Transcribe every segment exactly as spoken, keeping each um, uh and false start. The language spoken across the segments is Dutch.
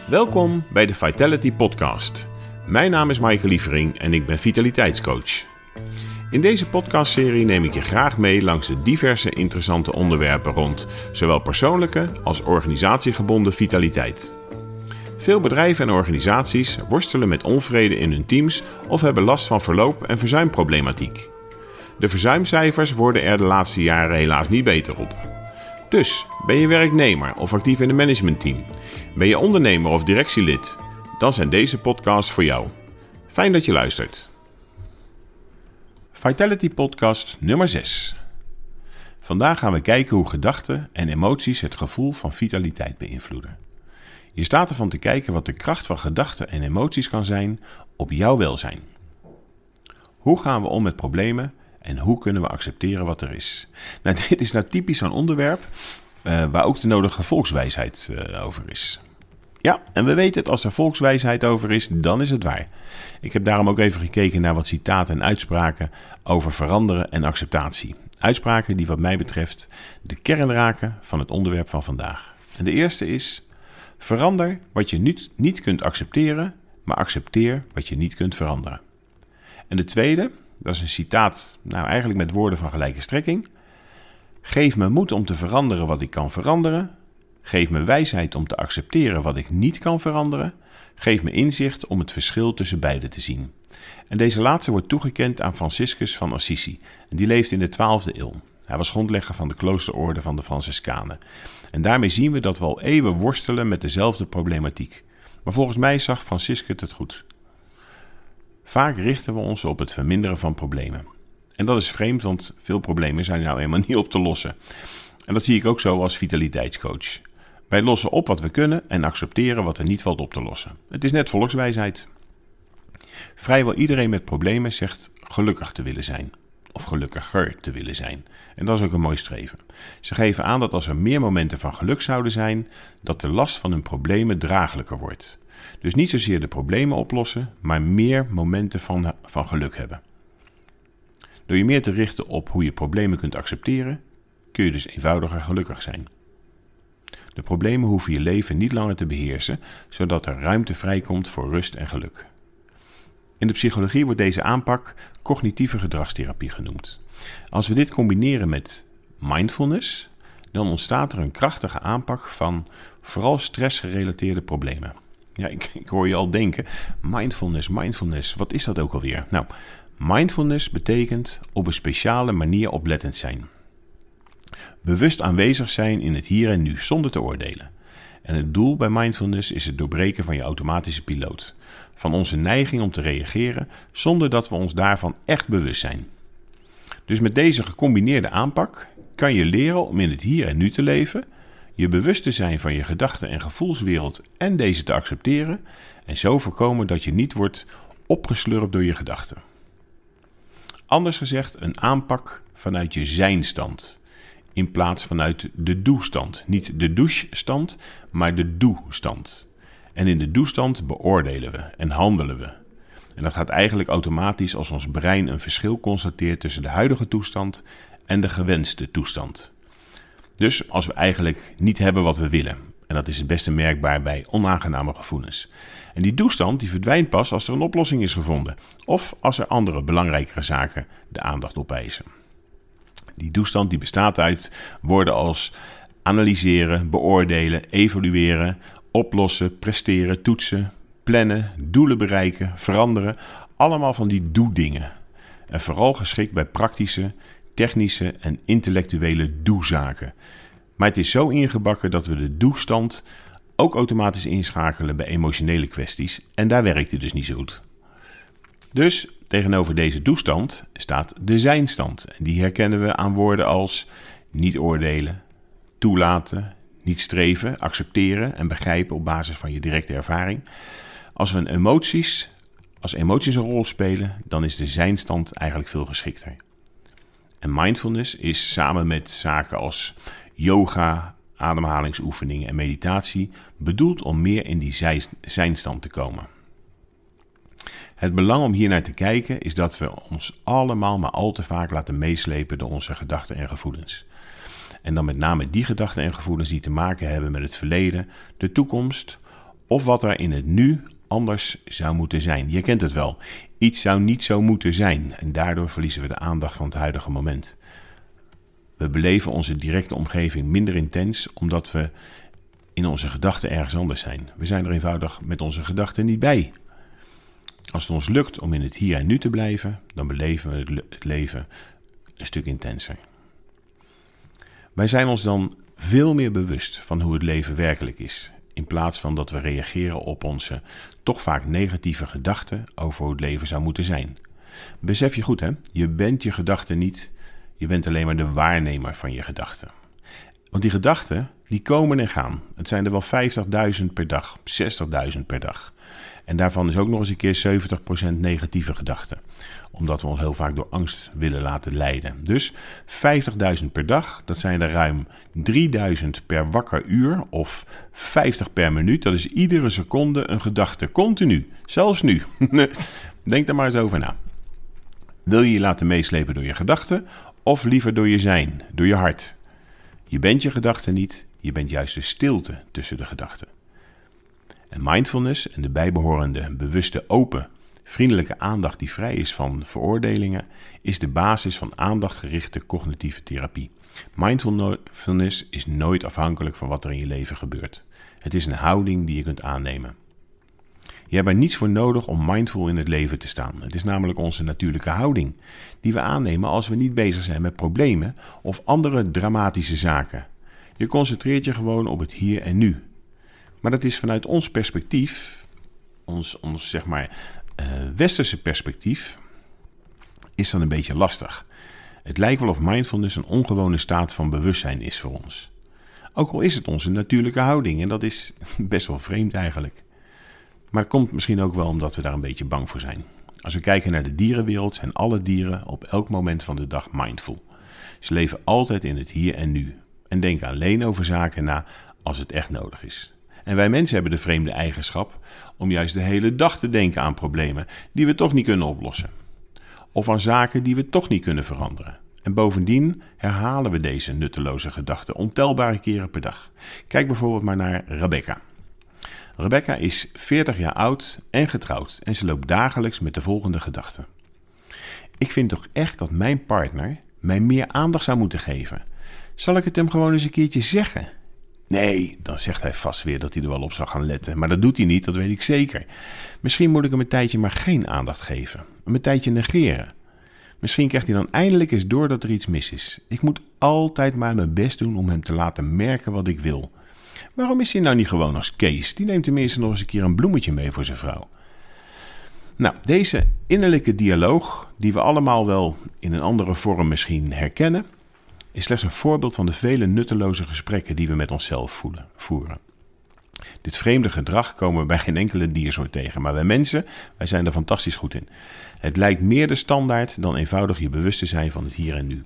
Welkom bij de Vitality Podcast. Mijn naam is Maaike Lievering en ik ben vitaliteitscoach. In deze podcastserie neem ik je graag mee langs de diverse interessante onderwerpen rond zowel persoonlijke als organisatiegebonden vitaliteit. Veel bedrijven en organisaties worstelen met onvrede in hun teams of hebben last van verloop- en verzuimproblematiek. De verzuimcijfers worden er de laatste jaren helaas niet beter op. Dus, ben je werknemer of actief in een managementteam? Ben je ondernemer of directielid? Dan zijn deze podcasts voor jou. Fijn dat je luistert. Vitality Podcast nummer zes. Vandaag gaan we kijken hoe gedachten en emoties het gevoel van vitaliteit beïnvloeden. Je staat ervan te kijken wat de kracht van gedachten en emoties kan zijn op jouw welzijn. Hoe gaan we om met problemen en hoe kunnen we accepteren wat er is? Nou, dit is nou typisch zo'n onderwerp uh, waar ook de nodige volkswijsheid uh, over is. Ja, en we weten het, als er volkswijsheid over is, dan is het waar. Ik heb daarom ook even gekeken naar wat citaten en uitspraken over veranderen en acceptatie. Uitspraken die wat mij betreft de kern raken van het onderwerp van vandaag. En de eerste is: verander wat je niet, niet kunt accepteren, maar accepteer wat je niet kunt veranderen. En de tweede, dat is een citaat, nou eigenlijk met woorden van gelijke strekking. Geef me moed om te veranderen wat ik kan veranderen. Geef me wijsheid om te accepteren wat ik niet kan veranderen. Geef me inzicht om het verschil tussen beide te zien. En deze laatste wordt toegekend aan Franciscus van Assisi. En die leefde in de twaalfde eeuw. Hij was grondlegger van de kloosterorde van de Franciscanen. En daarmee zien we dat we al eeuwen worstelen met dezelfde problematiek. Maar volgens mij zag Franciscus het goed. Vaak richten we ons op het verminderen van problemen. En dat is vreemd, want veel problemen zijn nou eenmaal niet op te lossen. En dat zie ik ook zo als vitaliteitscoach. Wij lossen op wat we kunnen en accepteren wat er niet valt op te lossen. Het is net volkswijsheid. Vrijwel iedereen met problemen zegt gelukkig te willen zijn. Of gelukkiger te willen zijn. En dat is ook een mooi streven. Ze geven aan dat als er meer momenten van geluk zouden zijn, dat de last van hun problemen draaglijker wordt. Dus niet zozeer de problemen oplossen, maar meer momenten van, van geluk hebben. Door je meer te richten op hoe je problemen kunt accepteren, kun je dus eenvoudiger gelukkig zijn. De problemen hoeven je leven niet langer te beheersen, zodat er ruimte vrijkomt voor rust en geluk. In de psychologie wordt deze aanpak cognitieve gedragstherapie genoemd. Als we dit combineren met mindfulness, dan ontstaat er een krachtige aanpak van vooral stressgerelateerde problemen. Ja, ik, ik hoor je al denken, mindfulness, mindfulness, wat is dat ook alweer? Nou, mindfulness betekent op een speciale manier oplettend zijn. Bewust aanwezig zijn in het hier en nu, zonder te oordelen. En het doel bij mindfulness is het doorbreken van je automatische piloot. Van onze neiging om te reageren, zonder dat we ons daarvan echt bewust zijn. Dus met deze gecombineerde aanpak kan je leren om in het hier en nu te leven, je bewust te zijn van je gedachten- en gevoelswereld en deze te accepteren, en zo voorkomen dat je niet wordt opgeslurpt door je gedachten. Anders gezegd, een aanpak vanuit je zijnstand, in plaats vanuit de doestand. Niet de douchestand, maar de doestand. En in de doestand beoordelen we en handelen we. En dat gaat eigenlijk automatisch als ons brein een verschil constateert tussen de huidige toestand en de gewenste toestand. Dus als we eigenlijk niet hebben wat we willen. En dat is het beste merkbaar bij onaangename gevoelens. En die toestand die verdwijnt pas als er een oplossing is gevonden. Of als er andere belangrijkere zaken de aandacht opeisen. Die toestand die bestaat uit woorden als analyseren, beoordelen, evalueren, oplossen, presteren, toetsen, plannen, doelen bereiken, veranderen. Allemaal van die doe-dingen. En vooral geschikt bij praktische, technische en intellectuele doe-zaken. Maar het is zo ingebakken dat we de doestand ook automatisch inschakelen bij emotionele kwesties. En daar werkt het dus niet zo goed. Dus tegenover deze toestand staat de zijnstand. En die herkennen we aan woorden als niet oordelen, toelaten, niet streven, accepteren en begrijpen op basis van je directe ervaring. Als er een emoties, als emoties een rol spelen, dan is de zijnstand eigenlijk veel geschikter. En mindfulness is samen met zaken als yoga, ademhalingsoefeningen en meditatie bedoeld om meer in die zij, zijnstand te komen. Het belang om hier naar te kijken is dat we ons allemaal maar al te vaak laten meeslepen door onze gedachten en gevoelens. En dan met name die gedachten en gevoelens die te maken hebben met het verleden, de toekomst of wat er in het nu anders zou moeten zijn. Je kent het wel. Iets zou niet zo moeten zijn en daardoor verliezen we de aandacht van het huidige moment. We beleven onze directe omgeving minder intens omdat we in onze gedachten ergens anders zijn. We zijn er eenvoudig met onze gedachten niet bij. Als het ons lukt om in het hier en nu te blijven, dan beleven we het leven een stuk intenser. Wij zijn ons dan veel meer bewust van hoe het leven werkelijk is, in plaats van dat we reageren op onze toch vaak negatieve gedachten over hoe het leven zou moeten zijn. Besef je goed, hè? Je bent je gedachten niet, je bent alleen maar de waarnemer van je gedachten. Want die gedachten, die komen en gaan. Het zijn er wel vijftigduizend per dag, zestigduizend per dag. En daarvan is ook nog eens een keer zeventig procent negatieve gedachten. Omdat we ons heel vaak door angst willen laten leiden. Dus vijftigduizend per dag, dat zijn er ruim drieduizend per wakker uur of vijftig per minuut. Dat is iedere seconde een gedachte, continu, zelfs nu. Denk daar maar eens over na. Wil je je laten meeslepen door je gedachten of liever door je zijn, door je hart? Je bent je gedachten niet, je bent juist de stilte tussen de gedachten. En mindfulness en de bijbehorende bewuste open, vriendelijke aandacht die vrij is van veroordelingen, is de basis van aandachtgerichte cognitieve therapie. Mindfulness is nooit afhankelijk van wat er in je leven gebeurt. Het is een houding die je kunt aannemen. Je hebt er niets voor nodig om mindful in het leven te staan. Het is namelijk onze natuurlijke houding die we aannemen als we niet bezig zijn met problemen of andere dramatische zaken. Je concentreert je gewoon op het hier en nu. Maar dat is vanuit ons perspectief, ons, ons zeg maar uh, westerse perspectief, is dan een beetje lastig. Het lijkt wel of mindfulness een ongewone staat van bewustzijn is voor ons. Ook al is het onze natuurlijke houding en dat is best wel vreemd eigenlijk. Maar het komt misschien ook wel omdat we daar een beetje bang voor zijn. Als we kijken naar de dierenwereld zijn alle dieren op elk moment van de dag mindful. Ze leven altijd in het hier en nu en denken alleen over zaken na als het echt nodig is. En wij mensen hebben de vreemde eigenschap om juist de hele dag te denken aan problemen die we toch niet kunnen oplossen. Of aan zaken die we toch niet kunnen veranderen. En bovendien herhalen we deze nutteloze gedachten ontelbare keren per dag. Kijk bijvoorbeeld maar naar Rebecca. Rebecca is veertig jaar oud en getrouwd en ze loopt dagelijks met de volgende gedachte. Ik vind toch echt dat mijn partner mij meer aandacht zou moeten geven. Zal ik het hem gewoon eens een keertje zeggen? Nee, dan zegt hij vast weer dat hij er wel op zal gaan letten. Maar dat doet hij niet, dat weet ik zeker. Misschien moet ik hem een tijdje maar geen aandacht geven. Hem een tijdje negeren. Misschien krijgt hij dan eindelijk eens door dat er iets mis is. Ik moet altijd maar mijn best doen om hem te laten merken wat ik wil. Waarom is hij nou niet gewoon als Kees? Die neemt tenminste nog eens een keer een bloemetje mee voor zijn vrouw. Nou, deze innerlijke dialoog, die we allemaal wel in een andere vorm misschien herkennen, is slechts een voorbeeld van de vele nutteloze gesprekken die we met onszelf voelen, voeren. Dit vreemde gedrag komen we bij geen enkele diersoort tegen, maar wij mensen, wij zijn er fantastisch goed in. Het lijkt meer de standaard dan eenvoudig je bewust te zijn van het hier en nu.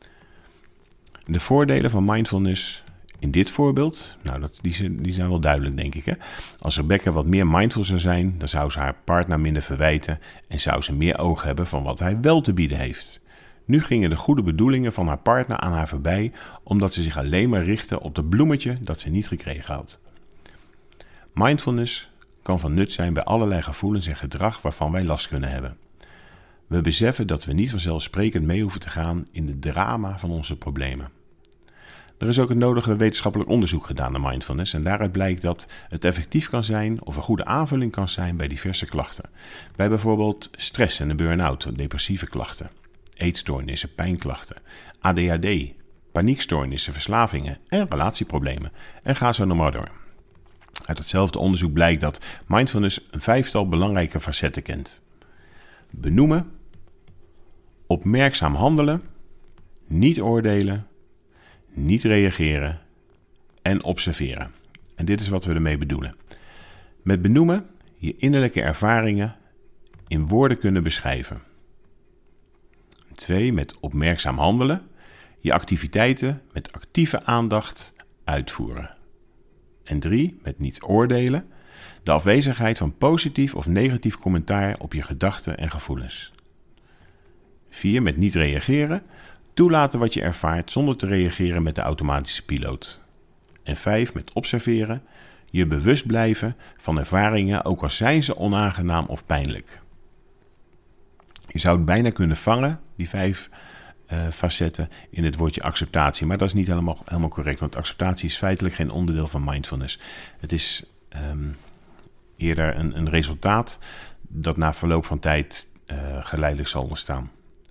De voordelen van mindfulness in dit voorbeeld, nou dat, die, die zijn wel duidelijk denk ik. Hè? Als Rebecca wat meer mindful zou zijn, dan zou ze haar partner minder verwijten en zou ze meer oog hebben van wat hij wel te bieden heeft. Nu gingen de goede bedoelingen van haar partner aan haar voorbij, omdat ze zich alleen maar richtte op het bloemetje dat ze niet gekregen had. Mindfulness kan van nut zijn bij allerlei gevoelens en gedrag waarvan wij last kunnen hebben. We beseffen dat we niet vanzelfsprekend mee hoeven te gaan in de drama van onze problemen. Er is ook het nodige wetenschappelijk onderzoek gedaan naar mindfulness en daaruit blijkt dat het effectief kan zijn of een goede aanvulling kan zijn bij diverse klachten. Bij bijvoorbeeld stress en een burn-out, depressieve klachten, eetstoornissen, pijnklachten, A D H D, paniekstoornissen, verslavingen en relatieproblemen. En ga zo nog maar door. Uit hetzelfde onderzoek blijkt dat mindfulness een vijftal belangrijke facetten kent. Benoemen, opmerkzaam handelen, niet oordelen, niet reageren en observeren. En dit is wat we ermee bedoelen. Met benoemen je innerlijke ervaringen in woorden kunnen beschrijven. Twee, met opmerkzaam handelen, je activiteiten met actieve aandacht uitvoeren. En drie, met niet oordelen, de afwezigheid van positief of negatief commentaar op je gedachten en gevoelens. Vier, met niet reageren, toelaten wat je ervaart zonder te reageren met de automatische piloot. En vijf, met observeren, Je bewust blijven van ervaringen, ook al zijn ze onaangenaam of pijnlijk. Je zou het bijna kunnen vangen, die vijf uh, facetten, in het woordje acceptatie. Maar dat is niet helemaal, helemaal correct, want acceptatie is feitelijk geen onderdeel van mindfulness. Het is um, eerder een, een resultaat dat na verloop van tijd uh, geleidelijk zal ontstaan.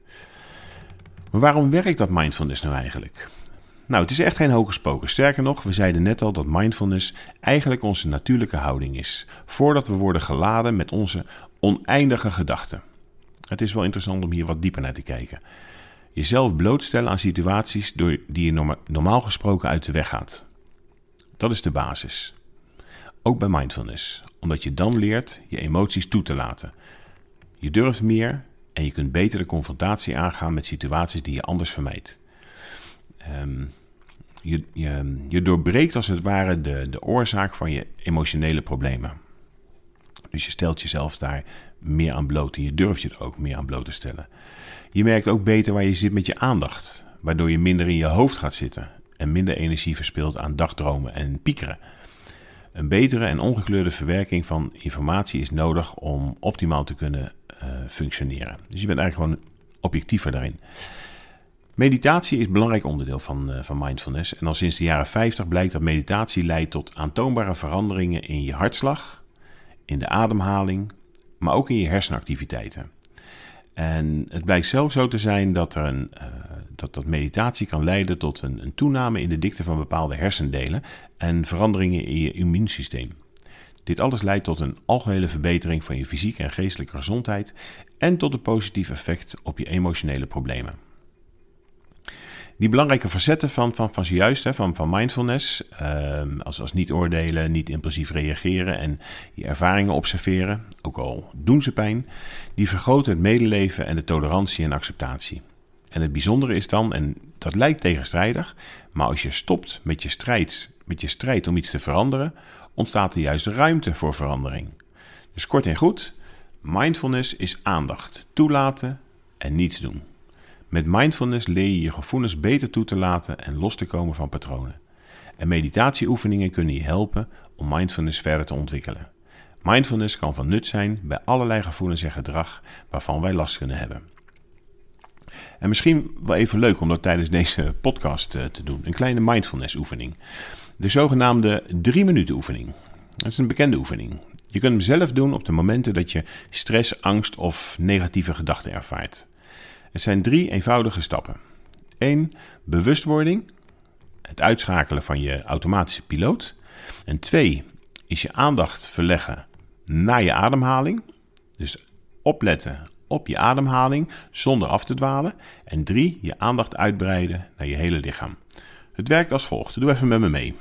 Maar waarom werkt dat mindfulness nou eigenlijk? Nou, het is echt geen hocus pocus. Sterker nog, we zeiden net al dat mindfulness eigenlijk onze natuurlijke houding is, voordat we worden geladen met onze oneindige gedachten. Het is wel interessant om hier wat dieper naar te kijken. Jezelf blootstellen aan situaties door die je normaal gesproken uit de weg gaat. Dat is de basis. Ook bij mindfulness, omdat je dan leert je emoties toe te laten. Je durft meer en je kunt beter de confrontatie aangaan met situaties die je anders vermijdt. Um, je, je, je doorbreekt als het ware de, de oorzaak van je emotionele problemen. Dus je stelt jezelf daar meer aan bloot en je durft je er ook meer aan bloot te stellen. Je merkt ook beter waar je zit met je aandacht, waardoor je minder in je hoofd gaat zitten en minder energie verspilt aan dagdromen en piekeren. Een betere en ongekleurde verwerking van informatie is nodig om optimaal te kunnen uh, functioneren. Dus je bent eigenlijk gewoon objectiever daarin. Meditatie is een belangrijk onderdeel van, uh, van mindfulness. En al sinds de jaren vijftig blijkt dat meditatie leidt tot aantoonbare veranderingen in je hartslag, in de ademhaling, maar ook in je hersenactiviteiten. En het blijkt zelfs zo te zijn dat, er een, uh, dat, dat meditatie kan leiden tot een, een toename in de dikte van bepaalde hersendelen en veranderingen in je immuunsysteem. Dit alles leidt tot een algehele verbetering van je fysieke en geestelijke gezondheid en tot een positief effect op je emotionele problemen. Die belangrijke facetten van, van, van zojuist, hè, van, van mindfulness, uh, als, als niet oordelen, niet impulsief reageren en je ervaringen observeren, ook al doen ze pijn, die vergroten het medeleven en de tolerantie en acceptatie. En het bijzondere is dan, en dat lijkt tegenstrijdig, maar als je stopt met je strijd, met je strijd om iets te veranderen, ontstaat er juist ruimte voor verandering. Dus kort en goed, mindfulness is aandacht, toelaten en niets doen. Met mindfulness leer je je gevoelens beter toe te laten en los te komen van patronen. En meditatieoefeningen kunnen je helpen om mindfulness verder te ontwikkelen. Mindfulness kan van nut zijn bij allerlei gevoelens en gedrag waarvan wij last kunnen hebben. En misschien wel even leuk om dat tijdens deze podcast te doen. Een kleine mindfulness oefening. De zogenaamde drie minuten oefening. Dat is een bekende oefening. Je kunt hem zelf doen op de momenten dat je stress, angst of negatieve gedachten ervaart. Het zijn drie eenvoudige stappen. één. Bewustwording. Het uitschakelen van je automatische piloot. En twee. Is je aandacht verleggen naar je ademhaling. Dus opletten op je ademhaling zonder af te dwalen. En drie. Je aandacht uitbreiden naar je hele lichaam. Het werkt als volgt. Doe even met me mee.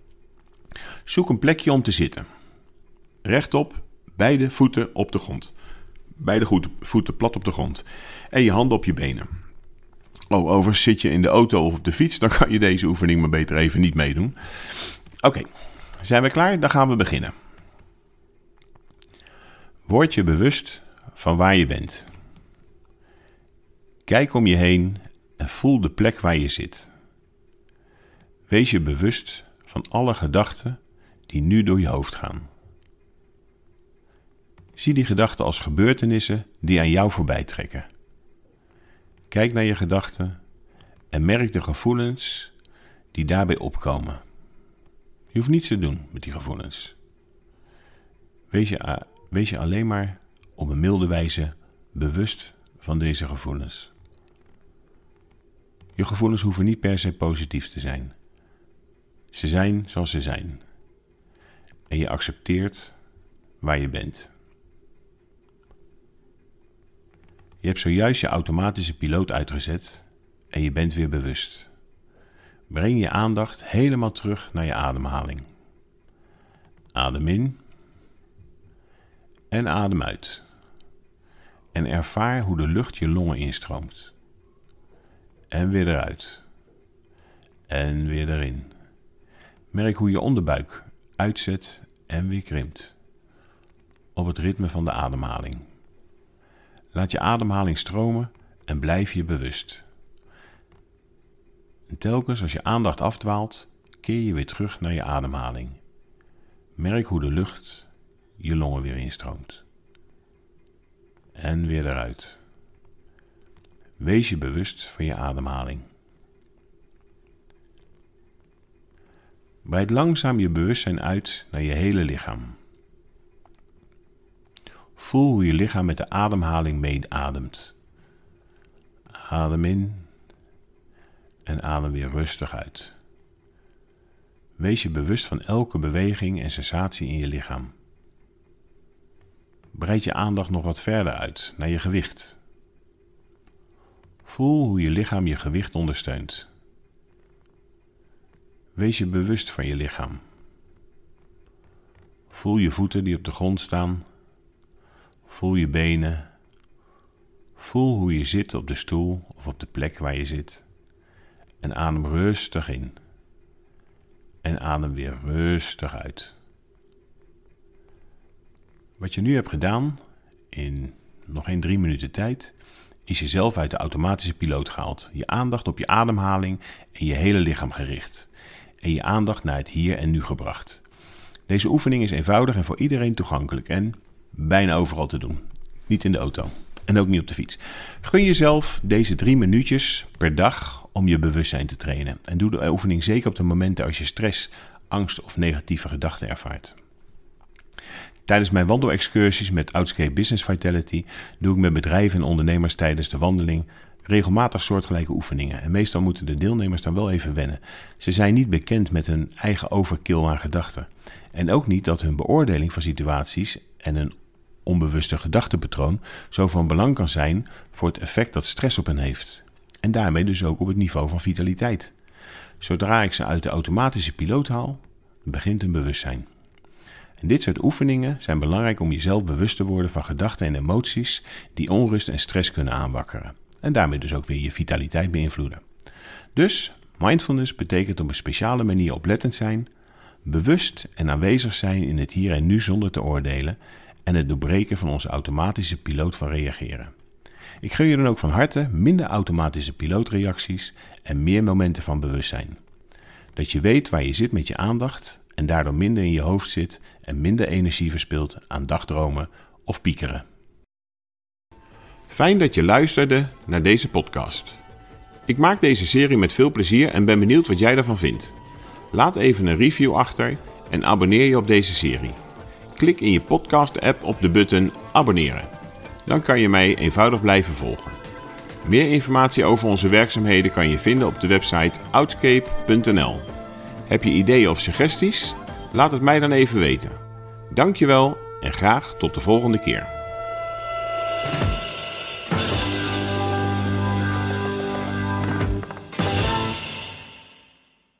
Zoek een plekje om te zitten. Rechtop, beide voeten op de grond. Beide voeten plat op de grond. En je handen op je benen. Oh, overigens zit je in de auto of op de fiets, dan kan je deze oefening maar beter even niet meedoen. Oké, okay, zijn we klaar? Dan gaan we beginnen. Word je bewust van waar je bent. Kijk om je heen en voel de plek waar je zit. Wees je bewust van alle gedachten die nu door je hoofd gaan. Zie die gedachten als gebeurtenissen die aan jou voorbij trekken. Kijk naar je gedachten en merk de gevoelens die daarbij opkomen. Je hoeft niets te doen met die gevoelens. Wees je, wees je alleen maar op een milde wijze bewust van deze gevoelens. Je gevoelens hoeven niet per se positief te zijn. Ze zijn zoals ze zijn. En je accepteert waar je bent. Je hebt zojuist je automatische piloot uitgezet en je bent weer bewust. Breng je aandacht helemaal terug naar je ademhaling. Adem in en adem uit. En ervaar hoe de lucht je longen instroomt. En weer eruit. En weer erin. Merk hoe je onderbuik uitzet en weer krimpt. Op het ritme van de ademhaling. Laat je ademhaling stromen en blijf je bewust. En telkens als je aandacht afdwaalt, keer je weer terug naar je ademhaling. Merk hoe de lucht je longen weer instroomt. En weer eruit. Wees je bewust van je ademhaling. Breid langzaam je bewustzijn uit naar je hele lichaam. Voel hoe je lichaam met de ademhaling meeademt. Adem in en adem weer rustig uit. Wees je bewust van elke beweging en sensatie in je lichaam. Breid je aandacht nog wat verder uit naar je gewicht. Voel hoe je lichaam je gewicht ondersteunt. Wees je bewust van je lichaam. Voel je voeten die op de grond staan. Voel je benen. Voel hoe je zit op de stoel of op de plek waar je zit. En adem rustig in. En adem weer rustig uit. Wat je nu hebt gedaan, in nog geen drie minuten tijd, is jezelf uit de automatische piloot gehaald. Je aandacht op je ademhaling en je hele lichaam gericht. En je aandacht naar het hier en nu gebracht. Deze oefening is eenvoudig en voor iedereen toegankelijk en bijna overal te doen. Niet in de auto en ook niet op de fiets. Gun jezelf deze drie minuutjes per dag om je bewustzijn te trainen. En doe de oefening zeker op de momenten als je stress, angst of negatieve gedachten ervaart. Tijdens mijn wandelexcursies met Outscape Business Vitality doe ik met bedrijven en ondernemers tijdens de wandeling regelmatig soortgelijke oefeningen. En meestal moeten de deelnemers dan wel even wennen. Ze zijn niet bekend met hun eigen overkill aan gedachten. En ook niet dat hun beoordeling van situaties en een onbewuste gedachtepatroon zo van belang kan zijn voor het effect dat stress op hen heeft. En daarmee dus ook op het niveau van vitaliteit. Zodra ik ze uit de automatische piloot haal, begint hun bewustzijn. En dit soort oefeningen zijn belangrijk om jezelf bewust te worden van gedachten en emoties die onrust en stress kunnen aanwakkeren. En daarmee dus ook weer je vitaliteit beïnvloeden. Dus, mindfulness betekent op een speciale manier oplettend zijn, bewust en aanwezig zijn in het hier en nu zonder te oordelen en het doorbreken van onze automatische piloot van reageren. Ik gun je dan ook van harte minder automatische pilootreacties en meer momenten van bewustzijn. Dat je weet waar je zit met je aandacht en daardoor minder in je hoofd zit en minder energie verspilt aan dagdromen of piekeren. Fijn dat je luisterde naar deze podcast. Ik maak deze serie met veel plezier en ben benieuwd wat jij ervan vindt. Laat even een review achter en abonneer je op deze serie. Klik in je podcast-app op de button abonneren. Dan kan je mij eenvoudig blijven volgen. Meer informatie over onze werkzaamheden kan je vinden op de website outscape punt n l. Heb je ideeën of suggesties? Laat het mij dan even weten. Dankjewel en graag tot de volgende keer.